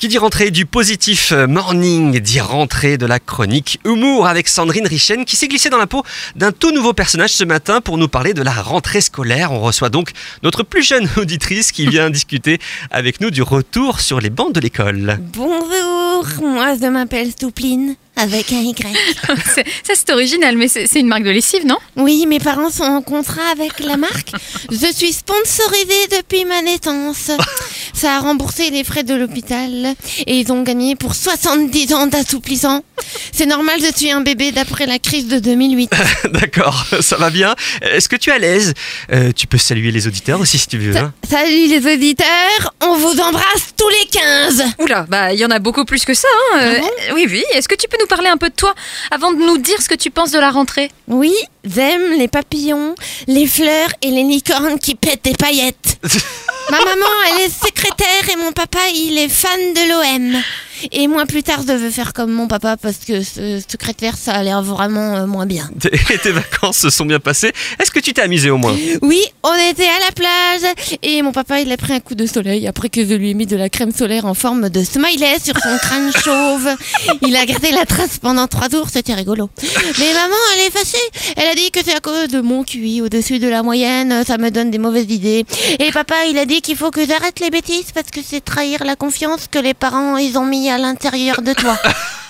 Qui dit rentrée du positif morning, dit rentrée de la chronique humour avec Sandrine Richen qui s'est glissée dans la peau d'un tout nouveau personnage ce matin pour nous parler de la rentrée scolaire. On reçoit donc notre plus jeune auditrice qui vient discuter avec nous du retour sur les bancs de l'école. Bonjour, moi je m'appelle Stoupline avec un Y. Ça c'est original, mais c'est une marque de lessive, non? Oui, mes parents sont en contrat avec la marque. Je suis sponsorisée depuis ma naissance. Ça a remboursé les frais de l'hôpital et ils ont gagné pour 70 ans d'assouplissant. C'est normal, je suis un bébé d'après la crise de 2008. D'accord, ça va bien. Est-ce que tu es à l'aise? Tu peux saluer les auditeurs aussi si tu veux. Salut les auditeurs, on vous embrasse tous les 15. Oula, il y en a beaucoup plus que ça. Ah bon Oui, est-ce que tu peux nous parler un peu de toi avant de nous dire ce que tu penses de la rentrée? Oui, j'aime les papillons, les fleurs et les licornes qui pètent des paillettes. Ma maman, elle est secrétaire et mon papa, il est fan de l'OM. Et moi, plus tard, je veux faire comme mon papa parce que secrétaire, ça a l'air vraiment moins bien. Et tes vacances se sont bien passées. Est-ce que tu t'es amusé au moins? Oui, on était à la plage et mon papa, il a pris un coup de soleil après que je lui ai mis de la crème solaire en forme de smiley sur son crâne chauve. Il a gardé la trace pendant 3 jours, c'était rigolo. Mais maman, elle est fâchée. Elle a dit que c'est à cause de mon QI au-dessus de la moyenne, ça me donne des mauvaises idées. Et papa, il a dit qu'il faut que j'arrête les bêtises parce que c'est trahir la confiance que les parents, ils ont mis à l'intérieur de toi.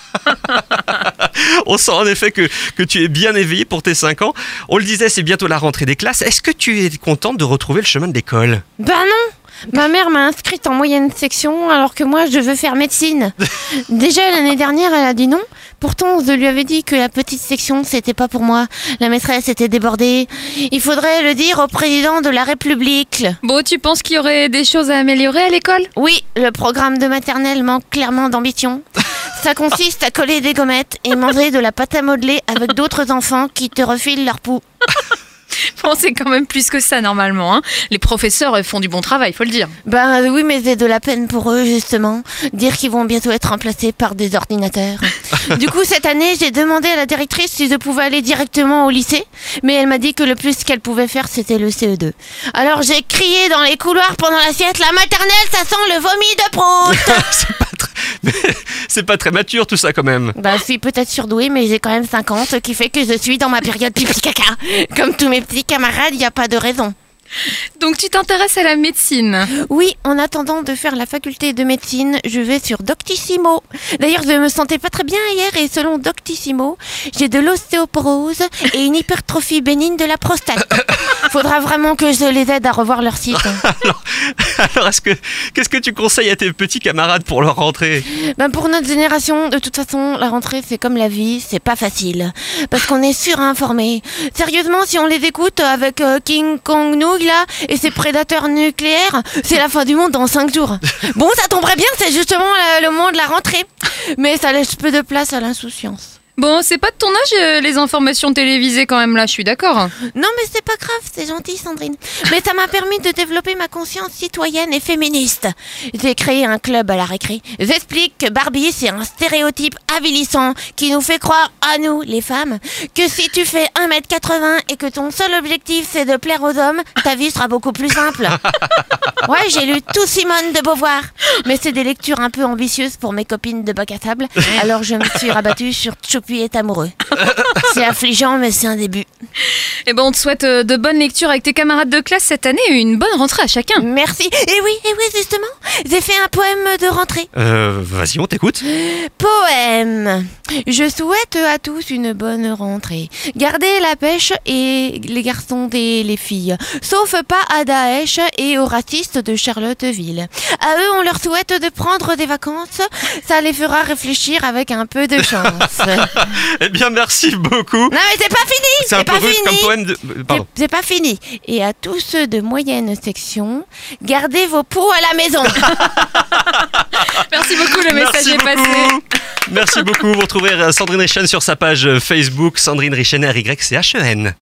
On sent en effet que tu es bien éveillé pour tes 5 ans. On le disait, c'est bientôt la rentrée des classes. Est-ce que tu es contente de retrouver le chemin de l'école? Bah non. Ma mère m'a inscrite en moyenne section alors que moi je veux faire médecine. Déjà l'année dernière elle a dit non. Pourtant je lui avais dit que la petite section c'était pas pour moi. La maîtresse était débordée. Il faudrait le dire au président de la République. Bon, tu penses qu'il y aurait des choses à améliorer à l'école? Oui, le programme de maternelle manque clairement d'ambition. Ça consiste à coller des gommettes et manger de la pâte à modeler avec d'autres enfants qui te refilent leur pouls. Bon, c'est quand même plus que ça normalement, hein. Les professeurs font du bon travail, faut le dire. Ben oui, mais c'est de la peine pour eux justement. Dire qu'ils vont bientôt être remplacés par des ordinateurs. Du coup, cette année, j'ai demandé à la directrice si je pouvais aller directement au lycée. Mais elle m'a dit que le plus qu'elle pouvait faire, c'était le CE2. Alors j'ai crié dans les couloirs pendant l'assiette, la maternelle, ça sent le vomi de Proust. C'est pas très mature tout ça quand même. Bah, je suis peut-être surdouée, mais j'ai quand même 5 ans, ce qui fait que je suis dans ma période pipi-caca. Comme tous mes petits camarades, il n'y a pas de raison. Donc tu t'intéresses à la médecine? Oui, en attendant de faire la faculté de médecine, je vais sur Doctissimo. D'ailleurs, je me sentais pas très bien hier et selon Doctissimo, j'ai de l'ostéoporose et une hypertrophie bénigne de la prostate. Faudra vraiment que je les aide à revoir leur site. Alors qu'est-ce que tu conseilles à tes petits camarades pour leur rentrée? Pour notre génération, de toute façon, la rentrée c'est comme la vie, c'est pas facile. Parce qu'on est surinformés. Sérieusement, si on les écoute avec King Kong Noog là, et ses prédateurs nucléaires, c'est la fin du monde dans 5 jours. Bon, ça tomberait bien, c'est justement le moment de la rentrée. Mais ça laisse peu de place à l'insouciance. Bon, c'est pas de ton âge les informations télévisées quand même là, je suis d'accord. Non mais c'est pas grave, c'est gentil Sandrine. Mais ça m'a permis de développer ma conscience citoyenne et féministe. J'ai créé un club à la récré. J'explique que Barbie c'est un stéréotype avilissant qui nous fait croire à nous, les femmes, que si tu fais 1m80 et que ton seul objectif c'est de plaire aux hommes, ta vie sera beaucoup plus simple. Ouais, j'ai lu tout Simone de Beauvoir. Mais c'est des lectures un peu ambitieuses pour mes copines de bac à sable. Alors je me suis rabattue sur Choupi est amoureux. C'est affligeant, mais c'est un début. Et on te souhaite de bonnes lectures avec tes camarades de classe cette année et une bonne rentrée à chacun. Merci. Et oui, justement, j'ai fait un poème de rentrée. Vas-y, on t'écoute. Poème. Je souhaite à tous une bonne rentrée. Gardez la pêche et les garçons et les filles. Sauf pas à Daesh et aux racistes de Charlottesville. À eux, on leur souhaite de prendre des vacances. Ça les fera réfléchir avec un peu de chance. Eh bien, merci beaucoup. Non, mais c'est pas fini. C'est un peu rude comme poème de... Pardon. C'est pas fini. Et à tous ceux de moyenne section, gardez vos poux à la maison. Merci beaucoup, le message est passé. Merci beaucoup. Vous retrouverez Sandrine Richen sur sa page Facebook, Sandrine Richen, RYCHEN.